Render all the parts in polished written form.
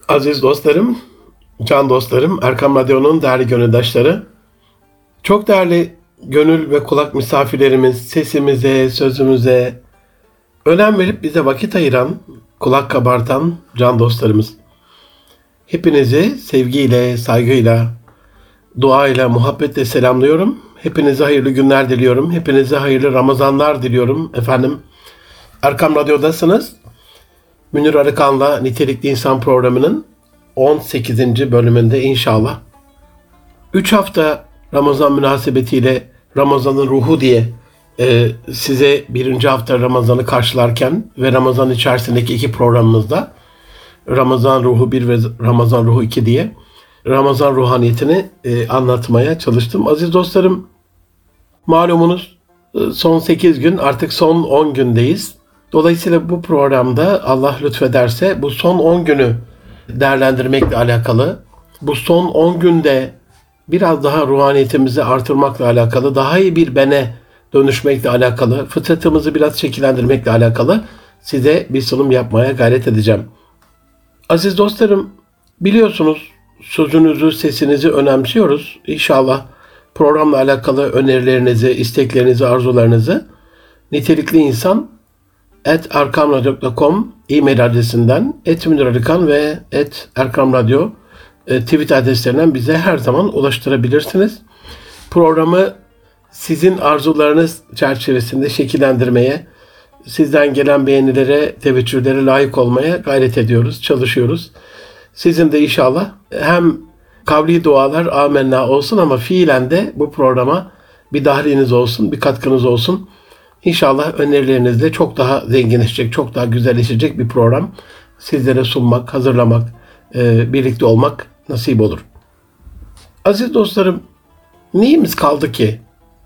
Aziz dostlarım, can dostlarım, Erkam Radyo'nun değerli gönüldaşları, çok değerli gönül ve kulak misafirlerimiz, sesimize, sözümüze önem verip bize vakit ayıran, kulak kabartan can dostlarımız. Hepinizi sevgiyle, saygıyla, duayla, muhabbetle selamlıyorum. Hepinize hayırlı günler diliyorum. Hepinize hayırlı Ramazanlar diliyorum efendim. Erkam Radyo'dasınız. Münir Arıkan'la Nitelikli İnsan programının 18. bölümünde inşallah. 3 hafta Ramazan münasebetiyle Ramazan'ın ruhu diye size birinci hafta Ramazan'ı karşılarken ve Ramazan içerisindeki iki programımızda Ramazan ruhu 1 ve Ramazan ruhu 2 diye Ramazan ruhaniyetini anlatmaya çalıştım. Aziz dostlarım, malumunuz son 8 gün, artık son 10 gündeyiz. Dolayısıyla bu programda Allah lütfederse bu son 10 günü değerlendirmekle alakalı, bu son 10 günde biraz daha ruhaniyetimizi artırmakla alakalı, daha iyi bir bene dönüşmekle alakalı, fıtratımızı biraz şekillendirmekle alakalı size bir sunum yapmaya gayret edeceğim. Aziz dostlarım, biliyorsunuz sözünüzü, sesinizi önemsiyoruz. İnşallah programla alakalı önerilerinizi, isteklerinizi, arzularınızı nitelikli insan @erkamradyo.com e-mail adresinden, @münirarıkan ve @erkamradyo tweet adreslerinden bize her zaman ulaştırabilirsiniz. Programı sizin arzularınız çerçevesinde şekillendirmeye, sizden gelen beğenilere, teveccühlere layık olmaya gayret ediyoruz, çalışıyoruz. Sizin de inşallah hem kavli dualar amenna olsun ama fiilen de bu programa bir dahliniz olsun, bir katkınız olsun. İnşallah önerilerinizle çok daha zenginleşecek, çok daha güzelleşecek bir program sizlere sunmak, hazırlamak, birlikte olmak nasip olur. Aziz dostlarım, neyimiz kaldı ki?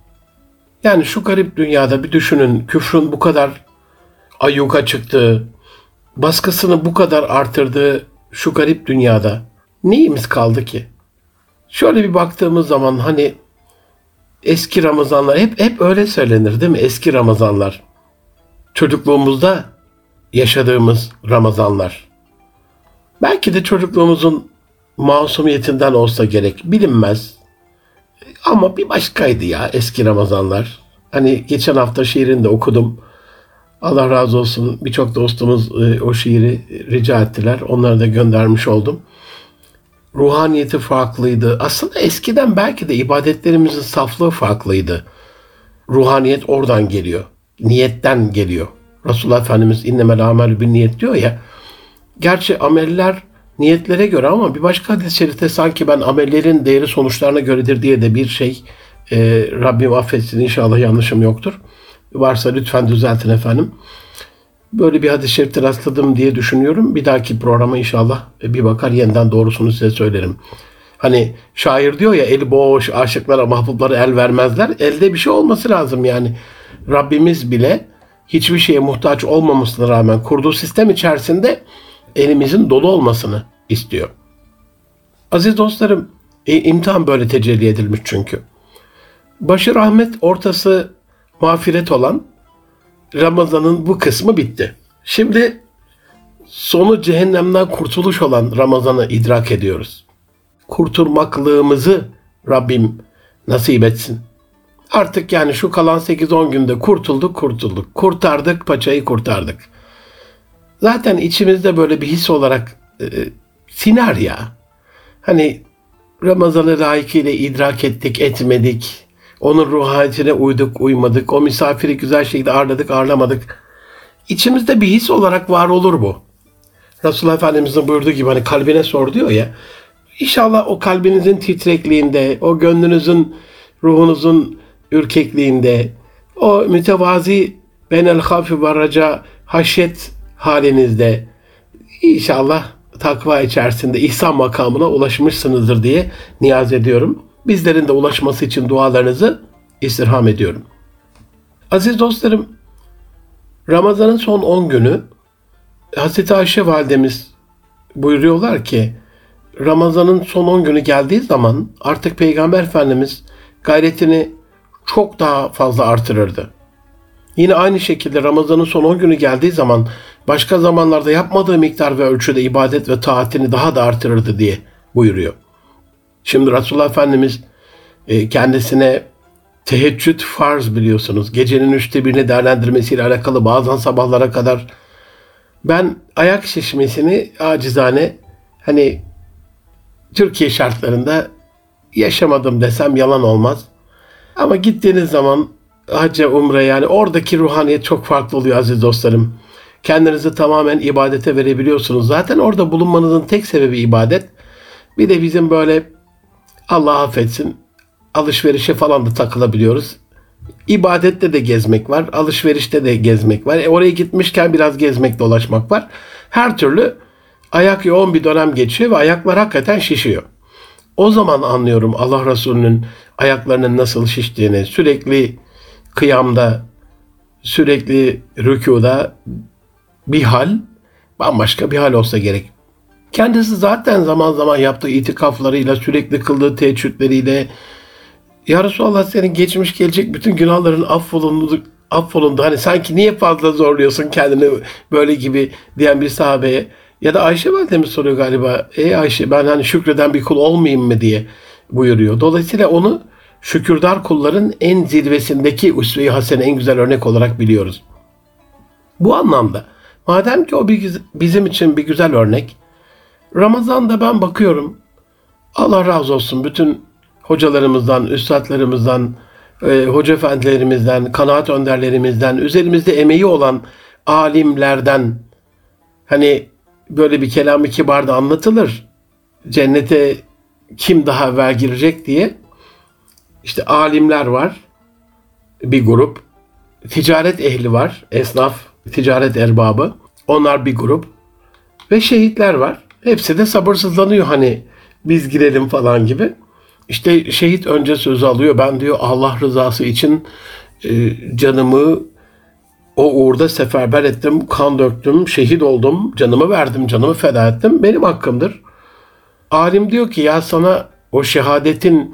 Yani şu garip dünyada bir düşünün, küfrün bu kadar ayyuka çıktığı, baskısını bu kadar artırdığı şu garip dünyada neyimiz kaldı ki? Şöyle bir baktığımız zaman hani eski Ramazanlar hep öyle söylenir değil mi? Eski Ramazanlar. Çocukluğumuzda yaşadığımız Ramazanlar. Belki de çocukluğumuzun masumiyetinden olsa gerek, bilinmez. Ama bir başkaydı ya eski Ramazanlar. Hani geçen hafta şiirini de okudum. Allah razı olsun, birçok dostumuz o şiiri rica ettiler. Onları da göndermiş oldum. Ruhaniyeti farklıydı. Aslında eskiden belki de ibadetlerimizin saflığı farklıydı. Ruhaniyet oradan geliyor. Niyetten geliyor. Resulullah Efendimiz innemel amelü bin niyet diyor ya. Gerçi ameller niyetlere göre ama bir başka hadis-i şerifte sanki ben amellerin değeri sonuçlarına göredir diye de bir şey. Rabbim affetsin, inşallah yanlışım yoktur. Varsa lütfen düzeltin efendim. Böyle bir hadis-i şerifte rastladım diye düşünüyorum. Bir dahaki programa inşallah bir bakar yeniden doğrusunu size söylerim. Hani şair diyor ya, eli boş aşıklara mahbublara el vermezler. Elde bir şey olması lazım yani. Rabbimiz bile hiçbir şeye muhtaç olmamasına rağmen kurduğu sistem içerisinde elimizin dolu olmasını istiyor. Aziz dostlarım, imtihan böyle tecelli edilmiş çünkü. Başı rahmet, ortası mağfiret olan Ramazan'ın bu kısmı bitti. Şimdi sonu cehennemden kurtuluş olan Ramazan'ı idrak ediyoruz. Kurtulmaklığımızı Rabbim nasip etsin. Artık yani şu kalan 8-10 günde kurtulduk. Kurtardık, paçayı kurtardık. Zaten içimizde böyle bir his olarak siner ya. Hani Ramazan'ı layıkıyla idrak ettik, etmedik. Onun ruhaniyetine uyduk, uymadık. O misafiri güzel şekilde ağırladık, ağırlamadık. İçimizde bir his olarak var olur bu. Resulullah Efendimiz'in buyurduğu gibi hani kalbine sor diyor ya. İnşallah o kalbinizin titrekliğinde, o gönlünüzün, ruhunuzun ürkekliğinde, o mütevazi benel hafi ve raca haşyet halinizde inşallah takva içerisinde ihsan makamına ulaşmışsınızdır diye niyaz ediyorum. Bizlerin de ulaşması için dualarınızı istirham ediyorum. Aziz dostlarım, Ramazan'ın son 10 günü Hazreti Ayşe validemiz buyuruyorlar ki Ramazan'ın son 10 günü geldiği zaman artık Peygamber Efendimiz gayretini çok daha fazla artırırdı. Yine aynı şekilde Ramazan'ın son 10 günü geldiği zaman başka zamanlarda yapmadığı miktar ve ölçüde ibadet ve taatini daha da artırırdı diye buyuruyor. Şimdi Resulullah Efendimiz kendisine teheccüd farz biliyorsunuz. Gecenin 1/3'ünü değerlendirmesiyle alakalı bazen sabahlara kadar ben ayak şişmesini acizane hani Türkiye şartlarında yaşamadım desem yalan olmaz. Ama gittiğiniz zaman hacca, umre yani oradaki ruhaniyet çok farklı oluyor aziz dostlarım. Kendinizi tamamen ibadete verebiliyorsunuz. Zaten orada bulunmanızın tek sebebi ibadet. Bir de bizim böyle Allah affetsin alışverişe falan da takılabiliyoruz. İbadette de gezmek var, alışverişte de gezmek var. Oraya gitmişken biraz gezmek, dolaşmak var. Her türlü ayak yoğun bir dönem geçiyor ve ayaklar hakikaten şişiyor. O zaman anlıyorum Allah Resulü'nün ayaklarının nasıl şiştiğini. Sürekli kıyamda, sürekli rükuda bir hal, bambaşka bir hal olsa gerek. Kendisi zaten zaman zaman yaptığı itikaflarıyla, sürekli kıldığı teheccüdleriyle ya Resulallah senin geçmiş gelecek bütün günahların affolundu. Hani sanki niye fazla zorluyorsun kendini böyle gibi diyen bir sahabeye. Ya da Ayşe validemiz soruyor galiba. Ey Ayşe ben hani şükreden bir kul olmayayım mı diye buyuruyor. Dolayısıyla onu şükürdar kulların en zirvesindeki usve-i hasene en güzel örnek olarak biliyoruz. Bu anlamda madem ki o bizim için bir güzel örnek, Ramazan'da ben bakıyorum Allah razı olsun bütün hocalarımızdan, üstadlarımızdan, hoca efendilerimizden, kanaat önderlerimizden, üzerimizde emeği olan alimlerden hani böyle bir kelam-ı kibarda anlatılır. Cennete kim daha evvel girecek diye. İşte alimler var, bir grup. Ticaret ehli var, esnaf, ticaret erbabı. Onlar bir grup. Ve şehitler var. Hepsi de sabırsızlanıyor hani biz girelim falan gibi. İşte şehit önce sözü alıyor. Ben diyor Allah rızası için canımı o uğurda seferber ettim, kan döktüm, şehit oldum, canımı verdim, canımı feda ettim. Benim hakkımdır. Alim diyor ki ya sana o şehadetin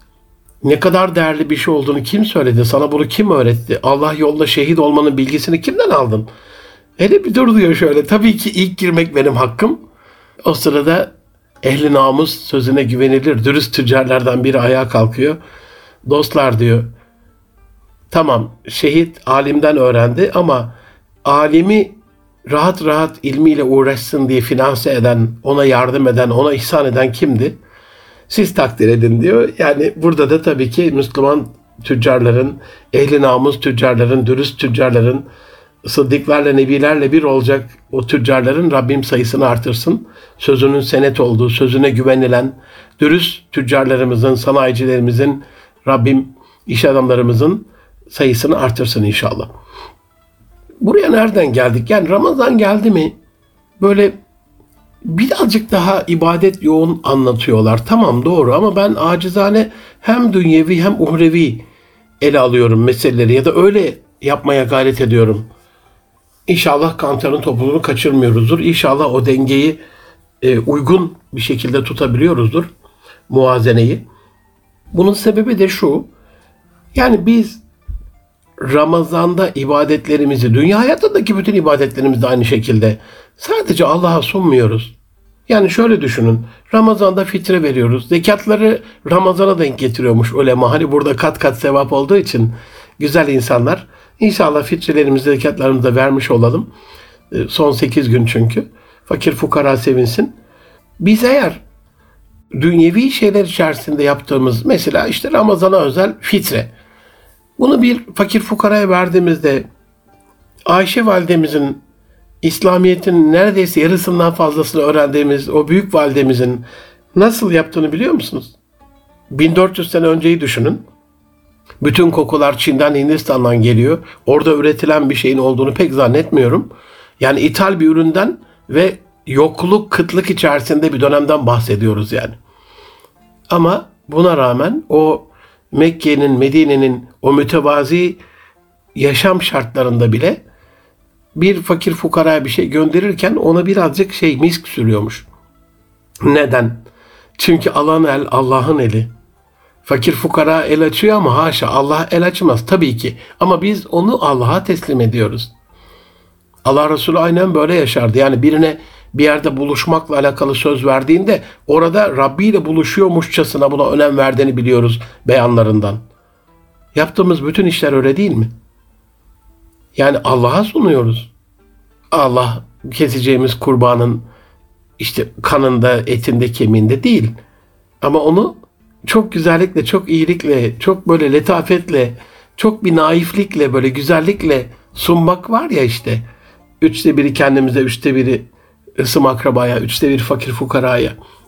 ne kadar değerli bir şey olduğunu kim söyledi? Sana bunu kim öğretti? Allah yolda şehit olmanın bilgisini kimden aldın? Hele bir dur diyor şöyle. Tabii ki ilk girmek benim hakkım. O sırada ehli namus sözüne güvenilir. Dürüst tüccarlardan biri ayağa kalkıyor. Dostlar diyor. Tamam şehit alimden öğrendi ama alimi rahat rahat ilmiyle uğraşsın diye finanse eden, ona yardım eden, ona ihsan eden kimdi? Siz takdir edin diyor. Yani burada da tabii ki Müslüman tüccarların, ehli namus tüccarların, dürüst tüccarların, sıddıklarla, nebilerle bir olacak o tüccarların Rabbim sayısını artırsın. Sözünün senet olduğu, sözüne güvenilen, dürüst tüccarlarımızın, sanayicilerimizin, Rabbim iş adamlarımızın sayısını artırsın inşallah. Buraya nereden geldik? Yani Ramazan geldi mi böyle birazcık daha ibadet yoğun anlatıyorlar. Tamam doğru ama ben acizane hem dünyevi hem uhrevi ele alıyorum meseleleri ya da öyle yapmaya gayret ediyorum. İnşallah kantarın topluğunu kaçırmıyoruzdur. İnşallah o dengeyi uygun bir şekilde tutabiliyoruzdur. Muvazeneyi. Bunun sebebi de şu. Yani biz Ramazan'da ibadetlerimizi, dünya hayatındaki bütün ibadetlerimizi de aynı şekilde sadece Allah'a sunmuyoruz. Yani şöyle düşünün. Ramazan'da fitre veriyoruz. Zekatları Ramazan'a denk getiriyormuş ulema. Hani burada kat kat sevap olduğu için güzel insanlar. İnşallah fitrelerimizi, zekatlarımızı da vermiş olalım. Son 8 gün çünkü. Fakir fukara sevinsin. Biz eğer dünyevi şeyler içerisinde yaptığımız mesela işte Ramazan'a özel fitre. Bunu bir fakir fukaraya verdiğimizde Ayşe validemizin İslamiyet'in neredeyse yarısından fazlasını öğrendiğimiz o büyük validemizin nasıl yaptığını biliyor musunuz? 1400 sene önceyi düşünün. Bütün kokular Çin'den, Hindistan'dan geliyor. Orada üretilen bir şeyin olduğunu pek zannetmiyorum. Yani ithal bir üründen ve yokluk, kıtlık içerisinde bir dönemden bahsediyoruz yani. Ama buna rağmen o Mekke'nin, Medine'nin o mütevazi yaşam şartlarında bile bir fakir fukaraya bir şey gönderirken ona birazcık misk sürüyormuş. Neden? Çünkü alan el Allah'ın eli. Fakir fukara el açıyor ama haşa, Allah el açmaz tabii ki. Ama biz onu Allah'a teslim ediyoruz. Allah Resulü aynen böyle yaşardı. Yani birine bir yerde buluşmakla alakalı söz verdiğinde orada Rabbi ile buluşuyormuşçasına buna önem verdiğini biliyoruz beyanlarından. Yaptığımız bütün işler öyle değil mi? Yani Allah'a sunuyoruz. Allah keseceğimiz kurbanın işte kanında, etinde, kemiğinde değil. Ama onu çok güzellikle, çok iyilikle, çok böyle letafetle, çok bir naiflikle, böyle güzellikle sunmak var ya işte. 1/3 kendimize, 1/3 ısım akrabaya, 1/3 fakir fukaraya.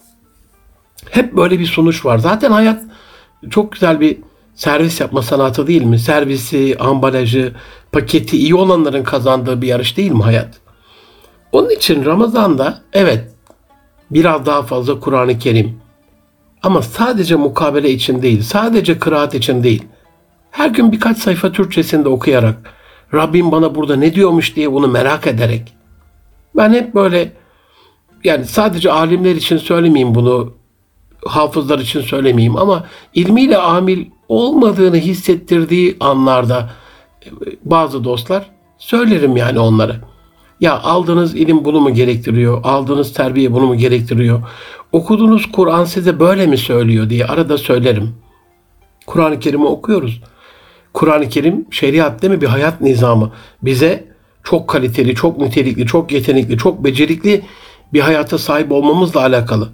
Hep böyle bir sonuç var. Zaten hayat çok güzel bir servis yapma sanatı değil mi? Servisi, ambalajı, paketi iyi olanların kazandığı bir yarış değil mi hayat? Onun için Ramazan'da evet biraz daha fazla Kur'an-ı Kerim. Ama sadece mukabele için değil, sadece kıraat için değil. Her gün birkaç sayfa Türkçesinde okuyarak, Rabbim bana burada ne diyormuş diye bunu merak ederek. Ben hep böyle, yani sadece alimler için söylemeyeyim bunu, hafızlar için söylemeyeyim ama ilmiyle amil olmadığını hissettirdiği anlarda bazı dostlar söylerim yani onlara. Ya aldığınız ilim bunu mu gerektiriyor? Aldığınız terbiye bunu mu gerektiriyor? Okuduğunuz Kur'an size böyle mi söylüyor diye arada söylerim. Kur'an-ı Kerim'i okuyoruz. Kur'an-ı Kerim şeriat değil mi? Bir hayat nizamı. Bize çok kaliteli, çok nitelikli, çok yetenekli, çok becerikli bir hayata sahip olmamızla alakalı.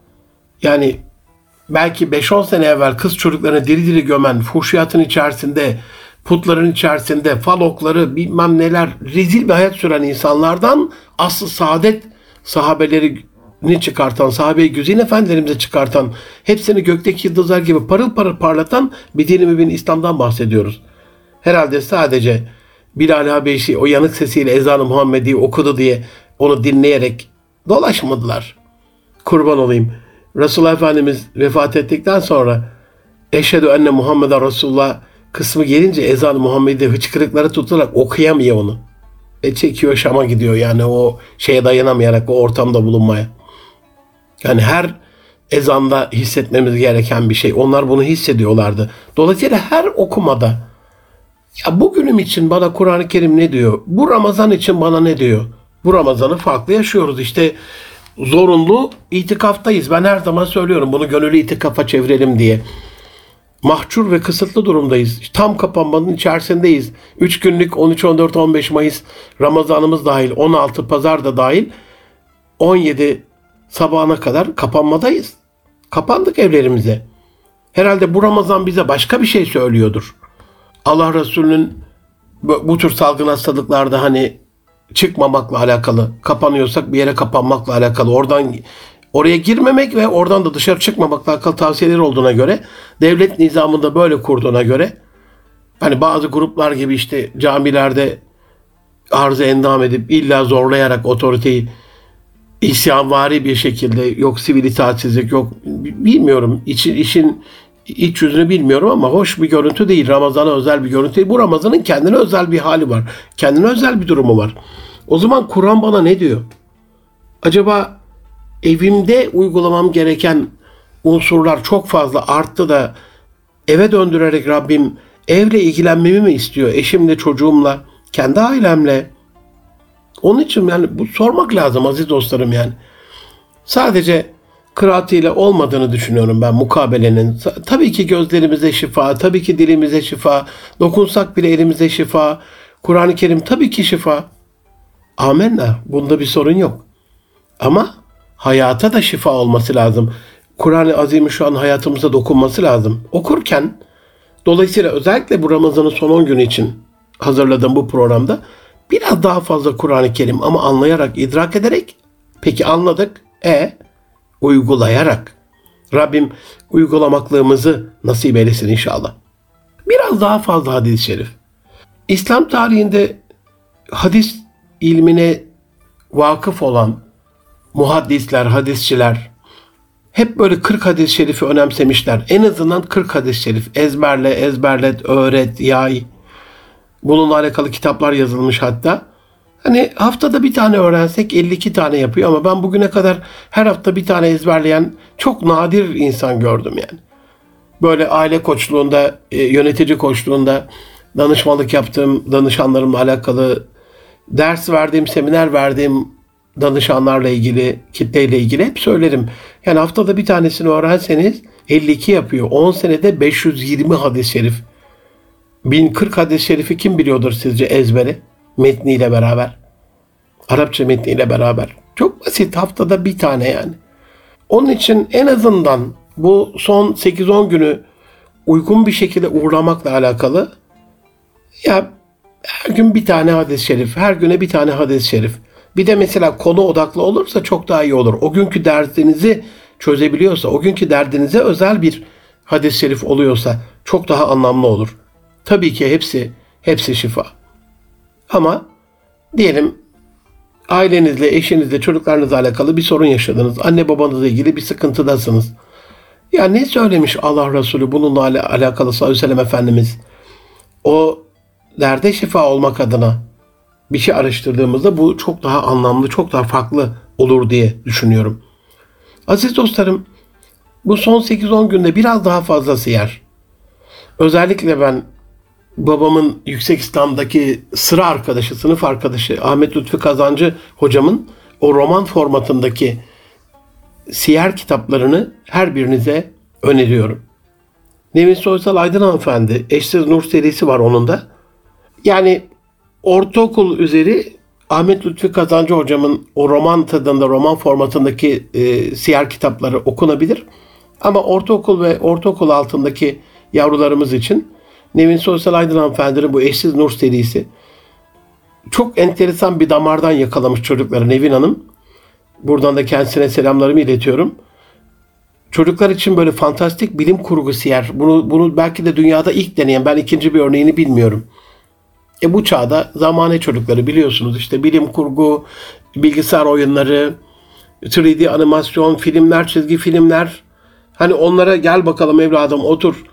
Yani belki 5-10 sene evvel kız çocuklarını diri diri gömen, fuhşiyatın içerisinde, putların içerisinde, falokları bilmem neler, rezil bir hayat süren insanlardan asıl saadet sahabelerini çıkartan, sahabe-i güzin efendilerimize çıkartan, hepsini gökteki yıldızlar gibi parıl parıl parlatan bir din-i mübin İslam'dan bahsediyoruz. Herhalde sadece Bilal Habeşi o yanık sesiyle ezan-ı Muhammedi okudu diye onu dinleyerek dolaşmadılar. Kurban olayım. Resulullah Efendimiz vefat ettikten sonra Eşhedü enne Muhammeden Resulullah kısmı gelince ezan-ı Muhammedi hıçkırıkları tutarak okuyamıyor onu. Çekiyor Şam'a gidiyor yani o şeye dayanamayarak o ortamda bulunmaya. Yani her ezanda hissetmemiz gereken bir şey. Onlar bunu hissediyorlardı. Dolayısıyla her okumada ya bugünüm için bana Kur'an-ı Kerim ne diyor? Bu Ramazan için bana ne diyor? Bu Ramazan'ı farklı yaşıyoruz. İşte zorunlu itikaftayız. Ben her zaman söylüyorum bunu gönüllü itikafa çevirelim diye. Mahcur ve kısıtlı durumdayız. Tam kapanmanın içerisindeyiz. 3 günlük 13, 14, 15 Mayıs Ramazanımız dahil, 16 pazar da dahil 17 sabahına kadar kapanmadayız. Kapandık evlerimize. Herhalde bu Ramazan bize başka bir şey söylüyordur. Allah Resulü'nün bu tür salgın hastalıklarda hani çıkmamakla alakalı, kapanıyorsak bir yere kapanmakla alakalı, oraya girmemek ve oradan da dışarı çıkmamakla alakalı tavsiyeleri olduğuna göre, devlet nizamında böyle kurduğuna göre, hani bazı gruplar gibi işte camilerde arz-ı endam edip illa zorlayarak otoriteyi isyanvari bir şekilde, yok sivil itaatsizlik, yok bilmiyorum işin iç yüzünü bilmiyorum ama hoş bir görüntü değil. Ramazan'a özel bir görüntü değil. Bu Ramazan'ın kendine özel bir hali var. Kendine özel bir durumu var. O zaman Kur'an bana ne diyor? Acaba evimde uygulamam gereken unsurlar çok fazla arttı da eve döndürerek Rabbim evle ilgilenmemi mi istiyor? Eşimle, çocuğumla, kendi ailemle. Onun için yani bu sormak lazım aziz dostlarım yani. Sadece kıraatiyle olmadığını düşünüyorum ben mukabelenin. Tabii ki gözlerimize şifa, tabii ki dilimize şifa, dokunsak bile elimize şifa. Kur'an-ı Kerim tabii ki şifa. Amenna. Bunda bir sorun yok. Ama hayata da şifa olması lazım. Kur'an-ı Azim'in şu an hayatımıza dokunması lazım. Okurken, dolayısıyla özellikle bu Ramazan'ın son 10 günü için hazırladığım bu programda biraz daha fazla Kur'an-ı Kerim ama anlayarak, idrak ederek, peki anladık, uygulayarak. Rabbim uygulamaklığımızı nasip eylesin inşallah. Biraz daha fazla hadis-i şerif. İslam tarihinde hadis ilmine vakıf olan muhaddisler, hadisçiler hep böyle 40 hadis-i şerifi önemsemişler. En azından 40 hadis-i şerif. Ezberle, ezberlet, öğret, yay. Bununla alakalı kitaplar yazılmış hatta. Hani haftada bir tane öğrensek 52 tane yapıyor ama ben bugüne kadar her hafta bir tane ezberleyen çok nadir insan gördüm yani. Böyle aile koçluğunda, yönetici koçluğunda danışmanlık yaptığım danışanlarımla alakalı ders verdiğim, seminer verdiğim danışanlarla ilgili, kitleyle ilgili hep söylerim. Yani haftada bir tanesini öğrenseniz 52 yapıyor. 10 senede 520 hadis-i şerif. 1040 hadis-i şerifi kim biliyordur sizce ezbere? Metniyle beraber. Arapça metniyle beraber. Çok basit, haftada bir tane yani. Onun için en azından bu son 8-10 günü uygun bir şekilde uğurlamakla alakalı ya her gün bir tane hadis-i şerif, her güne bir tane hadis-i şerif. Bir de mesela konu odaklı olursa çok daha iyi olur. O günkü derdinizi çözebiliyorsa, o günkü derdinize özel bir hadis-i şerif oluyorsa çok daha anlamlı olur. Tabii ki hepsi şifa. Ama diyelim ailenizle, eşinizle, çocuklarınızla alakalı bir sorun yaşadınız. Anne babanızla ilgili bir sıkıntıdasınız. Ya ne söylemiş Allah Resulü bununla alakalı sallallahu aleyhi ve sellem Efendimiz? O derde şifa olmak adına bir şey araştırdığımızda bu çok daha anlamlı, çok daha farklı olur diye düşünüyorum. Aziz dostlarım, bu son 8-10 günde biraz daha fazlası yer. Özellikle ben babamın Yüksek İslam'daki sıra arkadaşı, sınıf arkadaşı Ahmet Lütfi Kazancı hocamın o roman formatındaki siyer kitaplarını her birinize öneriyorum. Nevin Soysal Aydın hanımefendi, Eşsiz Nur serisi var onun da. Yani ortaokul üzeri Ahmet Lütfi Kazancı hocamın o roman tadında, roman formatındaki siyer kitapları okunabilir. Ama ortaokul ve ortaokul altındaki yavrularımız için Nevin Soysal Aydın hanımefendinin bu Eşsiz Nur serisi çok enteresan bir damardan yakalamış çocukları Nevin Hanım. Buradan da kendisine selamlarımı iletiyorum. Çocuklar için böyle fantastik bilim kurgu siyer. Bunu belki de dünyada ilk deneyen, ben ikinci bir örneğini bilmiyorum. Bu çağda zamane çocukları biliyorsunuz işte bilim kurgu, bilgisayar oyunları, 3D animasyon, filmler, çizgi filmler. Hani onlara gel bakalım evladım otur.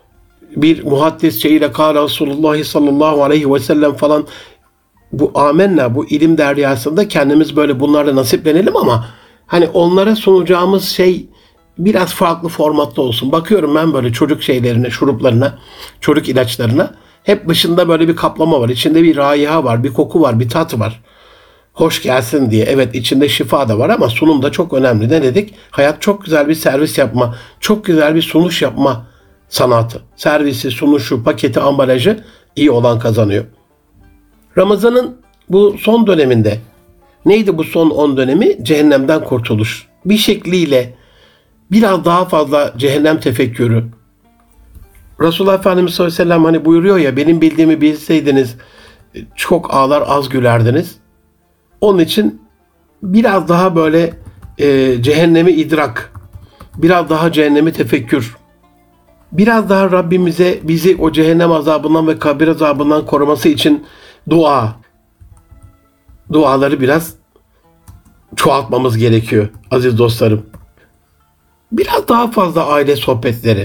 Bir muhaddis şeyiyle kâle Resulullah sallallahu aleyhi ve sellem falan. Bu amenna, bu ilim deryasında kendimiz böyle bunlarla nasiplenelim ama hani onlara sunacağımız şey biraz farklı formatta olsun. Bakıyorum ben böyle çocuk şeylerine, şuruplarına, çocuk ilaçlarına. Hep dışında böyle bir kaplama var. İçinde bir raiha var, bir koku var, bir tat var. Hoş gelsin diye. Evet içinde şifa da var ama sunum da çok önemli. Ne dedik? Hayat çok güzel bir servis yapma, çok güzel bir sunuş yapma sanatı. Servisi, sunuşu, paketi, ambalajı iyi olan kazanıyor. Ramazan'ın bu son döneminde neydi bu son 10 dönemi? Cehennemden kurtuluş. Bir şekliyle biraz daha fazla cehennem tefekkürü. Resulullah Efendimiz sallallahu aleyhi ve sellem hani buyuruyor ya benim bildiğimi bilseydiniz çok ağlar az gülerdiniz. Onun için biraz daha böyle cehennemi idrak, biraz daha cehennemi tefekkür, biraz daha Rabbimize bizi o cehennem azabından ve kabir azabından koruması için duaları biraz çoğaltmamız gerekiyor aziz dostlarım. Biraz daha fazla aile sohbetleri.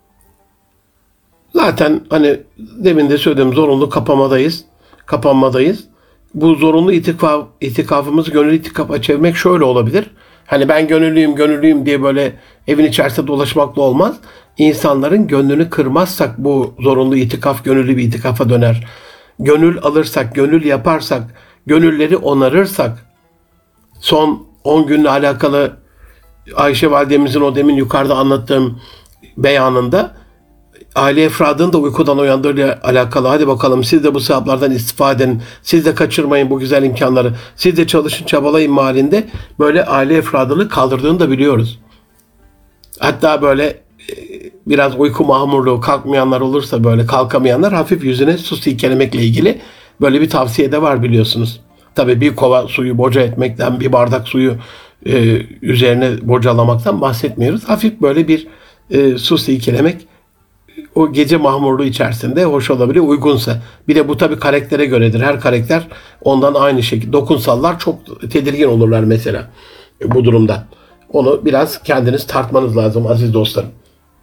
Zaten hani demin de söylediğim zorunlu kapanmadayız. Bu zorunlu itikafımızı gönüllü itikafa çevirmek şöyle olabilir. Hani ben gönüllüyüm diye böyle evin içerisinde dolaşmakla olmaz. İnsanların gönlünü kırmazsak bu zorunlu itikaf gönüllü bir itikafa döner. Gönül alırsak, gönül yaparsak, gönülleri onarırsak, son 10 günle alakalı Ayşe validemizin o demin yukarıda anlattığım beyanında aile efradını da uykudan uyandırıyla alakalı. Hadi bakalım siz de bu sevaplardan istifade edin. Siz de kaçırmayın bu güzel imkanları. Siz de çalışın, çabalayın halinde böyle aile efradını kaldırdığını da biliyoruz. Hatta böyle biraz uyku mahmurluğu kalkmayanlar olursa böyle kalkamayanlar hafif yüzüne su silkelemekle ilgili böyle bir tavsiye de var biliyorsunuz. Tabii bir kova suyu boca etmekten, bir bardak suyu üzerine bocalamaktan bahsetmiyoruz. Hafif böyle bir su silkelemek o gece mahmurluğu içerisinde hoş olabilir, uygunsa. Bir de bu tabii karaktere göredir. Her karakter ondan aynı şekilde. Dokunsallar çok tedirgin olurlar mesela bu durumda. Onu biraz kendiniz tartmanız lazım aziz dostlarım.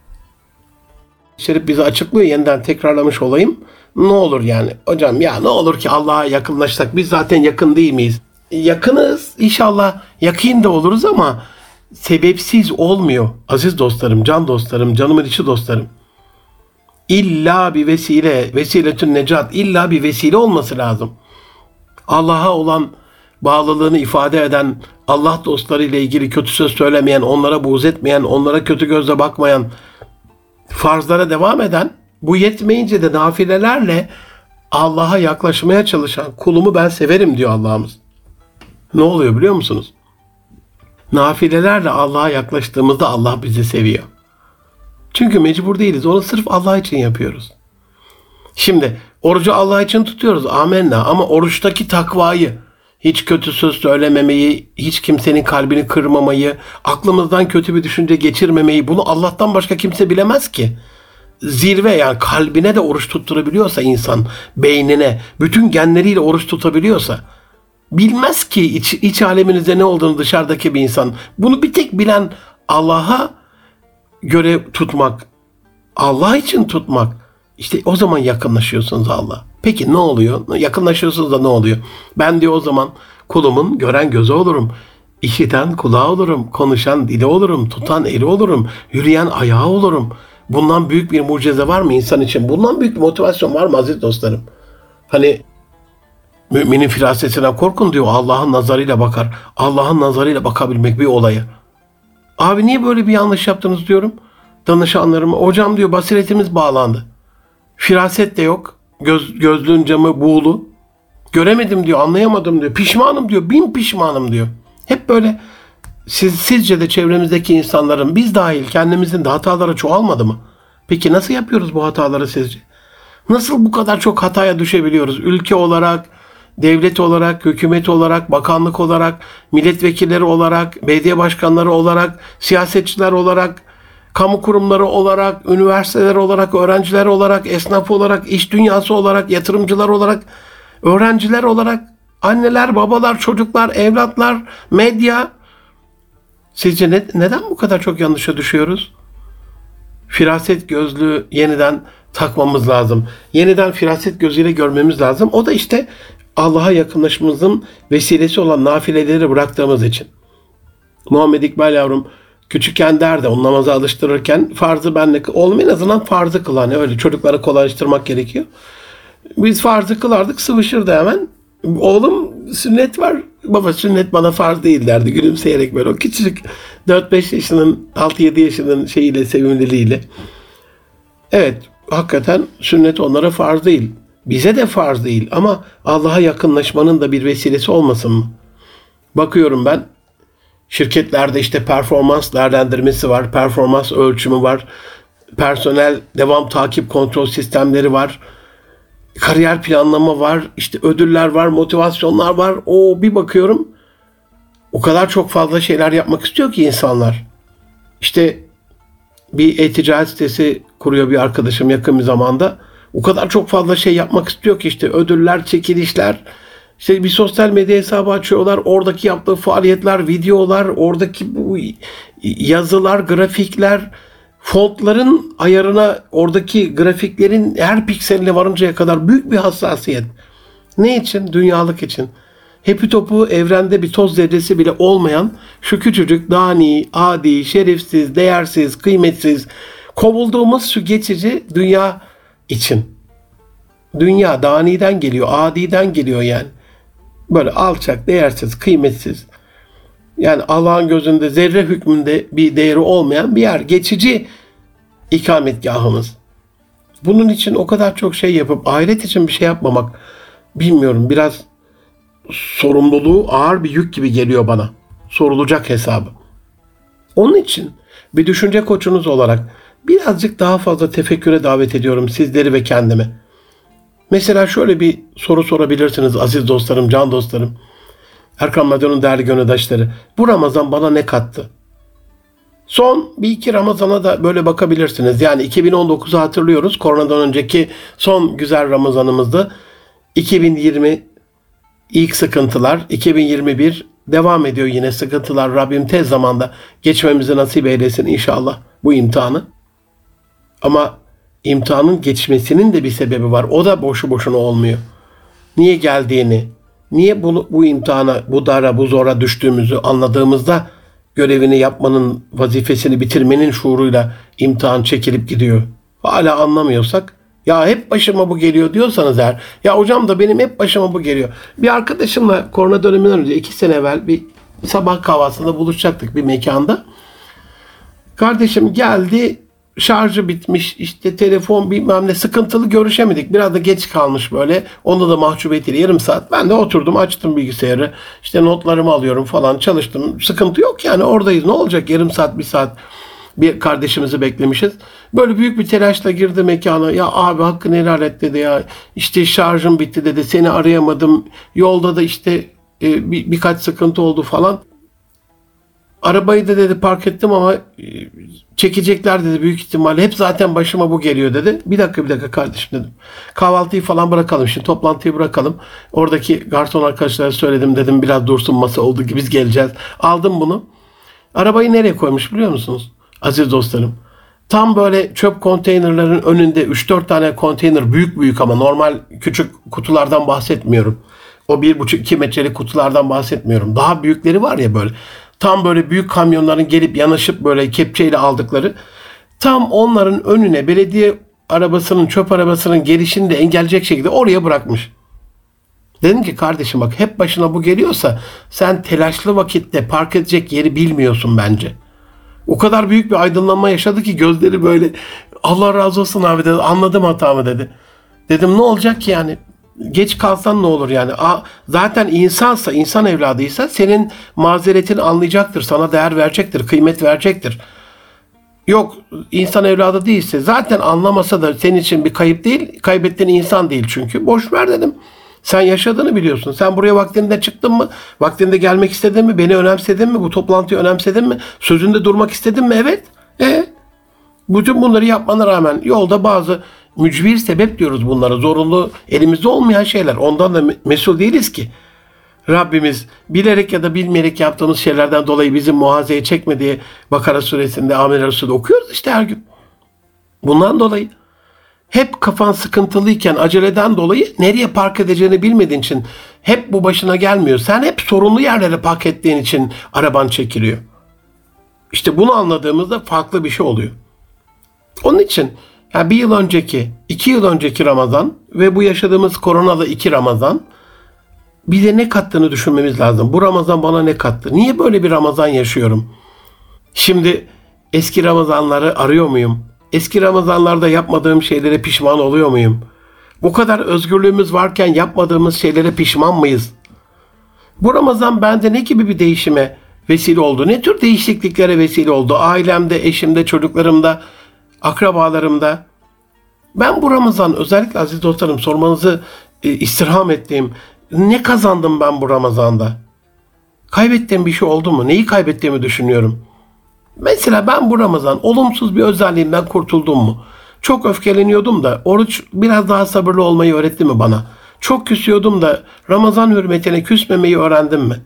Şerif bize açıklıyor. Yeniden tekrarlamış olayım. Ne olur yani? Hocam ya ne olur ki Allah'a yakınlaşsak. Biz zaten yakın değil miyiz? Yakınız. İnşallah yakın da oluruz ama sebepsiz olmuyor aziz dostlarım, can dostlarım, canımın içi dostlarım. İlla bir vesile, vesiletün necat, illa bir vesile olması lazım. Allah'a olan bağlılığını ifade eden, Allah dostları ile ilgili kötü söz söylemeyen, onlara buğz etmeyen, onlara kötü gözle bakmayan, farzlara devam eden, bu yetmeyince de nafilelerle Allah'a yaklaşmaya çalışan kulumu ben severim diyor Allah'ımız. Ne oluyor biliyor musunuz? Nafilelerle Allah'a yaklaştığımızda Allah bizi seviyor. Çünkü mecbur değiliz. Onu sırf Allah için yapıyoruz. Şimdi orucu Allah için tutuyoruz. Amenna. Ama oruçtaki takvayı, hiç kötü söz söylememeyi, hiç kimsenin kalbini kırmamayı, aklımızdan kötü bir düşünce geçirmemeyi, bunu Allah'tan başka kimse bilemez ki. Zirve, yani kalbine de oruç tutturabiliyorsa insan, beynine, bütün genleriyle oruç tutabiliyorsa, bilmez ki iç aleminizde ne olduğunu dışarıdaki bir insan. Bunu bir tek bilen, Allah'a göre tutmak, Allah için tutmak. İşte o zaman yakınlaşıyorsunuz Allah'a. Peki ne oluyor? Yakınlaşıyorsunuz da ne oluyor? Ben diyor o zaman kulumun gören gözü olurum, işiten kulağı olurum, konuşan dili olurum, tutan eli olurum, yürüyen ayağı olurum. Bundan büyük bir mucize var mı insan için? Bundan büyük bir motivasyon var mı aziz dostlarım? Hani müminin firasetinden korkun diyor, Allah'ın nazarıyla bakar. Allah'ın nazarıyla bakabilmek bir olaya. Abi niye böyle bir yanlış yaptınız diyorum danışanlarıma. Hocam diyor basiretimiz bağlandı. Firaset de yok. Gözlüğün camı buğulu. Göremedim diyor, anlayamadım diyor. Pişmanım diyor, bin pişmanım diyor. Hep böyle sizce de çevremizdeki insanların, biz dahil kendimizin de hataları çoğalmadı mı? Peki nasıl yapıyoruz bu hataları sizce? Nasıl bu kadar çok hataya düşebiliyoruz? Ülke olarak, devlet olarak, hükümet olarak, bakanlık olarak, milletvekilleri olarak, belediye başkanları olarak, siyasetçiler olarak, kamu kurumları olarak, üniversiteler olarak, öğrenciler olarak, esnaf olarak, iş dünyası olarak, yatırımcılar olarak, öğrenciler olarak, anneler, babalar, çocuklar, evlatlar, medya. Sizce neden bu kadar çok yanlışa düşüyoruz? Firaset gözlüğü yeniden takmamız lazım. Yeniden firaset gözüyle görmemiz lazım. O da işte Allah'a yakınlaşmamızın vesilesi olan nafileleri bıraktığımız için. Muhammed İkbal yavrum küçükken derdi, onu namaza alıştırırken, farzı benle oğlum en azından farzı kıl, hani öyle çocuklara kolaylaştırmak gerekiyor. Biz farzı kılardık, sıvışırdı hemen. Oğlum sünnet var. Baba sünnet bana farz değil derdi gülümseyerek, böyle o küçücük 4-5 yaşının 6-7 yaşının şeyiyle, sevimliliğiyle. Evet, hakikaten sünnet onlara farz değil. Bize de farz değil ama Allah'a yakınlaşmanın da bir vesilesi olmasın mı? Bakıyorum ben şirketlerde işte performans değerlendirmesi var, performans ölçümü var, personel devam takip kontrol sistemleri var, kariyer planlama var, işte ödüller var, motivasyonlar var. Bir bakıyorum o kadar çok fazla şeyler yapmak istiyor ki insanlar. İşte bir e-ticaret sitesi kuruyor bir arkadaşım yakın bir zamanda. O kadar çok fazla şey yapmak istiyor ki, işte ödüller, çekilişler, işte bir sosyal medya hesabı açıyorlar. Oradaki yaptığı faaliyetler, videolar, oradaki bu yazılar, grafikler, fontların ayarına, oradaki grafiklerin her pikseline varıncaya kadar büyük bir hassasiyet. Ne için? Dünyalık için. Hepi topu evrende bir toz zerresi bile olmayan şu küçücük, dani, adi, şerefsiz, değersiz, kıymetsiz, kovulduğumuz şu geçici dünya için. Dünya daniden geliyor, adiden geliyor yani. Böyle alçak, değersiz, kıymetsiz. Yani Allah'ın gözünde zerre hükmünde bir değeri olmayan bir yer. Geçici ikametgahımız. Bunun için o kadar çok şey yapıp ahiret için bir şey yapmamak, bilmiyorum, biraz sorumluluğu ağır bir yük gibi geliyor bana. Sorulacak hesabı. Onun için bir düşünce koçunuz olarak birazcık daha fazla tefekküre davet ediyorum sizleri ve kendimi. Mesela şöyle bir soru sorabilirsiniz aziz dostlarım, can dostlarım. Erkam Radyo'nun değerli gönüldaşları. Bu Ramazan bana ne kattı? Son bir iki Ramazan'a da böyle bakabilirsiniz. Yani 2019'u hatırlıyoruz. Koronadan önceki son güzel Ramazanımızdı. 2020 ilk sıkıntılar. 2021 devam ediyor yine sıkıntılar. Rabbim tez zamanda geçmemizi nasip eylesin inşallah bu imtihanı. Ama imtihanın geçmesinin de bir sebebi var. O da boşu boşuna olmuyor. Niye geldiğini, niye bu imtihana, bu dara, bu zora düştüğümüzü anladığımızda görevini yapmanın, vazifesini bitirmenin şuuruyla imtihan çekilip gidiyor. Hala anlamıyorsak, ya hep başıma bu geliyor diyorsanız eğer, ya hocam da benim hep başıma bu geliyor. Bir arkadaşımla korona döneminden önce 2 sene evvel bir sabah kahvaltısında buluşacaktık bir mekanda. Kardeşim geldi, şarjı bitmiş, işte telefon bilmem ne, sıkıntılı, görüşemedik. Biraz da geç kalmış böyle. Onu da mahcubiyetiyle yarım saat. Ben de oturdum, açtım bilgisayarı. İşte notlarımı alıyorum falan, çalıştım. Sıkıntı yok yani, oradayız. Ne olacak, yarım saat, bir saat bir kardeşimizi beklemişiz. Böyle büyük bir telaşla girdi mekana. Ya abi hakkını helal et dedi ya. İşte şarjım bitti dedi. Seni arayamadım. Yolda da işte birkaç sıkıntı oldu falan. Arabayı da dedi park ettim ama çekecekler dedi büyük ihtimalle. Hep zaten başıma bu geliyor dedi. Bir dakika kardeşim dedim. Kahvaltıyı falan bırakalım, şimdi toplantıyı bırakalım. Oradaki garson arkadaşlara söyledim, dedim biraz dursun, masa oldu ki biz geleceğiz. Aldım bunu. Arabayı nereye koymuş biliyor musunuz? Aziz dostlarım. Tam böyle çöp konteynerlerin önünde 3-4 tane konteyner, büyük ama, normal küçük kutulardan bahsetmiyorum. O 1,5-2 metrelik kutulardan bahsetmiyorum. Daha büyükleri var ya böyle. Tam böyle büyük kamyonların gelip yanaşıp böyle kepçeyle aldıkları. Tam onların önüne belediye arabasının, çöp arabasının gelişini de engelleyecek şekilde oraya bırakmış. Dedim ki kardeşim bak, hep başına bu geliyorsa sen telaşlı vakitte park edecek yeri bilmiyorsun bence. O kadar büyük bir aydınlanma yaşadı ki gözleri böyle, Allah razı olsun abi dedi, anladım hatamı dedi. Dedim ne olacak ki yani? Geç kalsan ne olur yani? Zaten insansa, insan evladıysa senin mazeretini anlayacaktır, sana değer verecektir, kıymet verecektir. Yok, insan evladı değilse, zaten anlamasa da senin için bir kayıp değil, kaybettiğin insan değil çünkü. Boş ver dedim. Sen yaşadığını biliyorsun. Sen buraya vaktinde çıktın mı? Vaktinde gelmek istedin mi? Beni önemsedin mi? Bu toplantıyı önemsedin mi? Sözünde durmak istedin mi? Evet. Bütün bunları yapmana rağmen yolda bazı mücbir sebep diyoruz bunlara. Zorunlu, elimizde olmayan şeyler. Ondan da mesul değiliz ki. Rabbimiz bilerek ya da bilmeyerek yaptığımız şeylerden dolayı bizim muhazeye çekmediği Bakara suresinde, Amin Resulü okuyoruz işte her gün. Bundan dolayı hep kafan sıkıntılıyken, aceleden dolayı nereye park edeceğini bilmediğin için hep bu başına gelmiyor. Sen hep sorunlu yerlere park ettiğin için araban çekiliyor. İşte bunu anladığımızda farklı bir şey oluyor. Onun için yani 1 yıl önceki, 2 yıl önceki Ramazan ve bu yaşadığımız koronalı 2 Ramazan bize ne kattığını düşünmemiz lazım. Bu Ramazan bana ne kattı? Niye böyle bir Ramazan yaşıyorum? Şimdi eski Ramazanları arıyor muyum? Eski Ramazanlarda yapmadığım şeylere pişman oluyor muyum? Bu kadar özgürlüğümüz varken yapmadığımız şeylere pişman mıyız? Bu Ramazan bende ne gibi bir değişime vesile oldu? Ne tür değişikliklere vesile oldu? Ailemde, eşimde, çocuklarımda, akrabalarımda. Ben bu Ramazan, özellikle aziz dostlarım, sormanızı istirham ettiğim, ne kazandım ben bu Ramazan'da? Kaybettiğim bir şey oldu mu? Neyi kaybettiğimi düşünüyorum. Mesela ben bu Ramazan olumsuz bir özelliğimden kurtuldum mu? Çok öfkeleniyordum da oruç biraz daha sabırlı olmayı öğretti mi bana? Çok küsüyordum da Ramazan hürmetine küsmemeyi öğrendim mi?